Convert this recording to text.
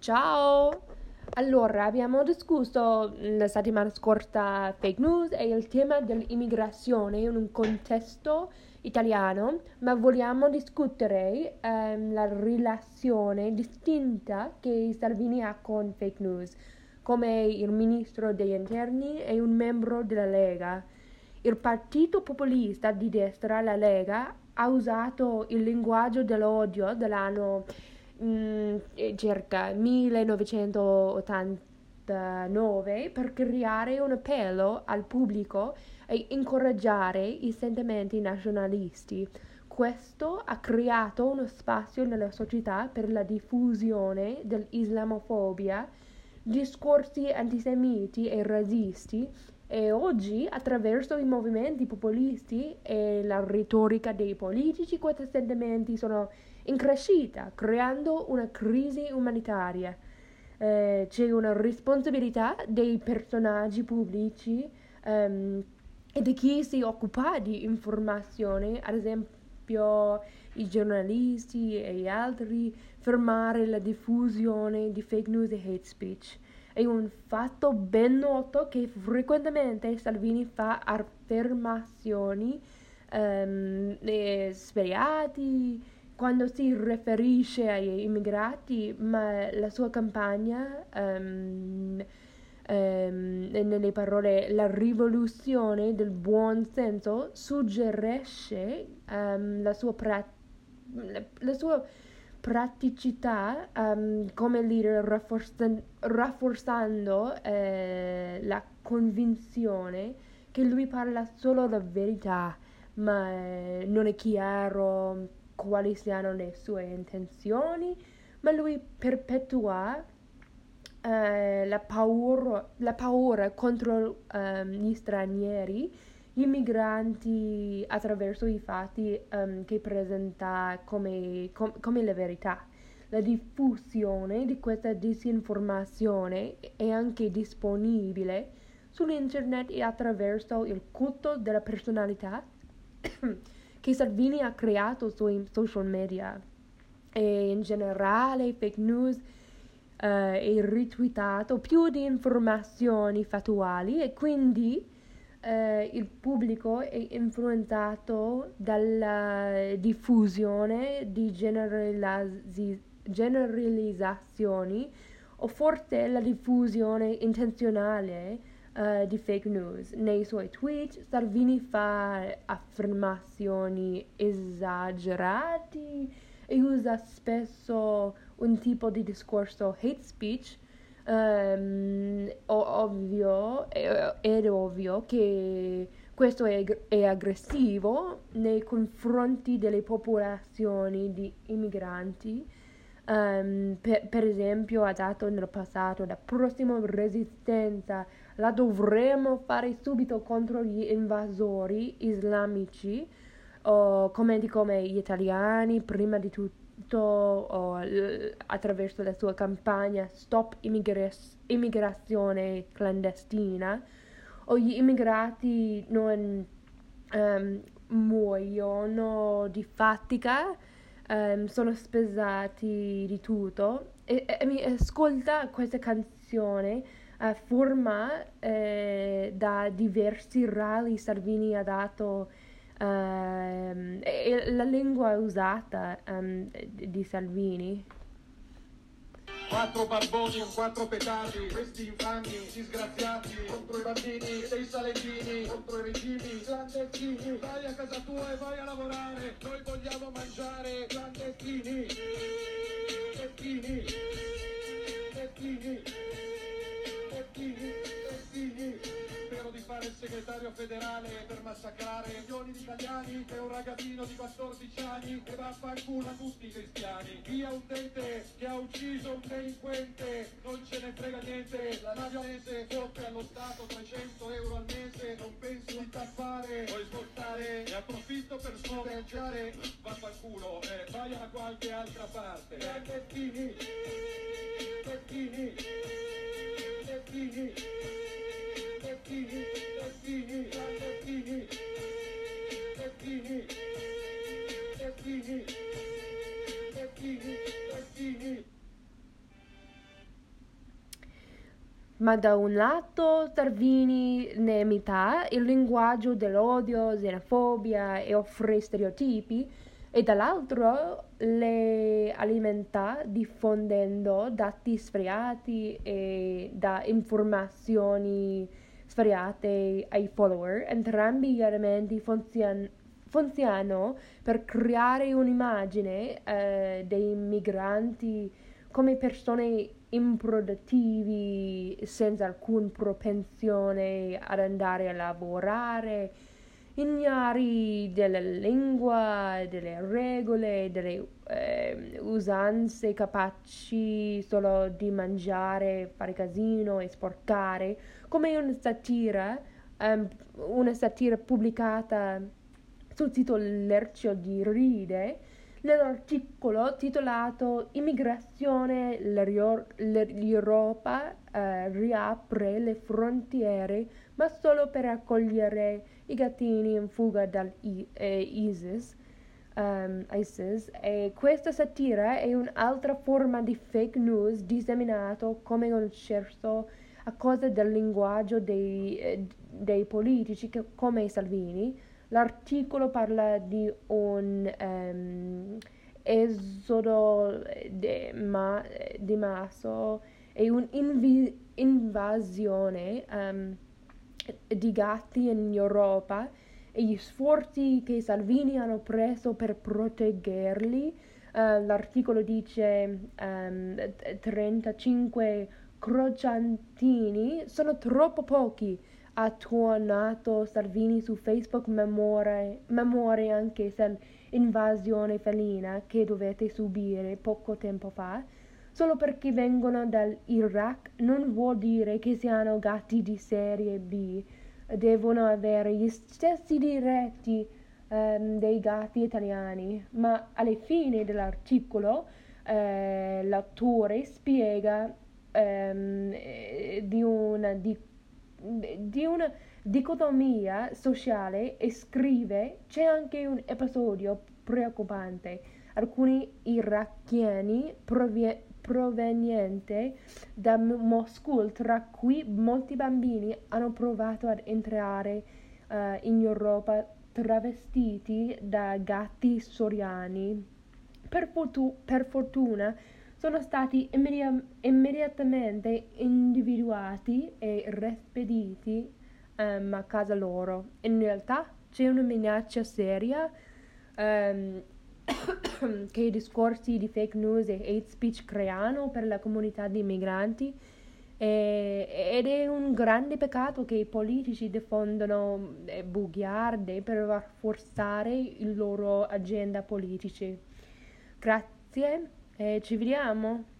Ciao! Allora, abbiamo discusso la settimana scorsa fake news e il tema dell'immigrazione in un contesto italiano, ma vogliamo discutere la relazione distinta che Salvini ha con fake news, come il ministro degli interni e un membro della Lega. Il partito populista di destra, la Lega, ha usato il linguaggio dell'odio dell'anno circa 1989 per creare un appello al pubblico e incoraggiare i sentimenti nazionalisti. Questo ha creato uno spazio nella società per la diffusione dell'islamofobia, discorsi antisemiti e razzisti e oggi, attraverso i movimenti populisti e la retorica dei politici, questi sentimenti sono in crescita, creando una crisi umanitaria. C'è una responsabilità dei personaggi pubblici e di chi si occupa di informazione, ad esempio i giornalisti e gli altri, fermare la diffusione di fake news e hate speech. È un fatto ben noto che frequentemente Salvini fa affermazioni svariati quando si riferisce agli immigrati, ma la sua campagna, nelle parole, la rivoluzione del buon senso, suggerisce la sua praticità come leader rafforzando la convinzione che lui parla solo la verità, ma non è chiaro quali siano le sue intenzioni, ma lui perpetua la paura contro gli stranieri, gli immigranti attraverso i fatti che presenta come la verità. La diffusione di questa disinformazione è anche disponibile sull'internet e attraverso il culto della personalità che Salvini ha creato sui social media e in generale fake news e retweetato più di informazioni fattuali e quindi il pubblico è influenzato dalla diffusione di generalizzazioni o forse la diffusione intenzionale di fake news. Nei suoi tweet Salvini fa affermazioni esagerate e usa spesso un tipo di discorso hate speech. Ed ovvio che questo è aggressivo nei confronti delle popolazioni di immigranti. Per esempio ha dato nel passato la prossima resistenza la dovremo fare subito contro gli invasori islamici, o come gli italiani prima di tutto attraverso la sua campagna Stop Immigrazione Clandestina, o gli immigrati non muoiono di fatica, sono spesati di tutto e mi ascolta questa canzone forma da diversi rally Salvini ha dato e la lingua usata di Salvini. Quattro barboni con quattro petardi, questi infami, disgraziati, contro i bambini dei salentini, contro i regimi clandestini. Vai a casa tua e vai a lavorare, noi vogliamo mangiare clandestini. Clandestini. Clandestini. Clandestini. Spero di fare il segretario federale per massacrare milioni di italiani e un ragazzino di 14 anni e vaffanculo a tutti i cristiani. Via un dente che ha ucciso un delinquente, non ce ne frega niente, la maggiorense fotte allo Stato 300 euro al mese, non penso di tappare, vuoi smontare e approfitto per scorreggiare, vaffanculo, vai da qualche altra parte. Clandestini, clandestini, clandestini, clandestini, clandestini, clandestini, clandestini, clandestini, clandestini, clandestini. Ma da un lato Salvini ne imita il linguaggio dell'odio, xenofobia e offre stereotipi, e dall'altro le alimenta diffondendo dati sbagliati e da informazioni svariate ai follower. Entrambi gli elementi funzionano per creare un'immagine dei migranti come persone improduttivi, senza alcuna propensione ad andare a lavorare, ignari della lingua, delle regole, delle usanze, capaci solo di mangiare, fare casino e sporcare, come una satira pubblicata sul sito Lercio di Ride. Nell'articolo titolato Immigrazione, l'Europa riapre le frontiere, ma solo per accogliere i gattini in fuga dall'ISIS. E questa satira è un'altra forma di fake news disseminato come un scherzo a causa del linguaggio dei politici come Salvini. L'articolo parla di un esodo di masso e un'invasione di gatti in Europa, e gli sforzi che Salvini hanno preso per proteggerli. L'articolo dice 35 crociantini sono troppo pochi. Ha tuonato Salvini su Facebook memoria anche dell'invasione felina che dovete subire poco tempo fa. Solo perché vengono dall'Iraq non vuol dire che siano gatti di serie B. Devono avere gli stessi diritti dei gatti italiani. Ma alla fine dell'articolo l'autore spiega di una dicotomia sociale e scrive: c'è anche un episodio preoccupante. Alcuni iracheni provenienti da Mossul, tra cui molti bambini, hanno provato ad entrare in Europa travestiti da gatti soriani. Per fortuna sono stati immediatamente individuati e rispediti a casa loro. In realtà c'è una minaccia seria che i discorsi di fake news e hate speech creano per la comunità di migranti, ed è un grande peccato che i politici diffondono bugiarde per rafforzare il loro agenda politici. Grazie e ci vediamo.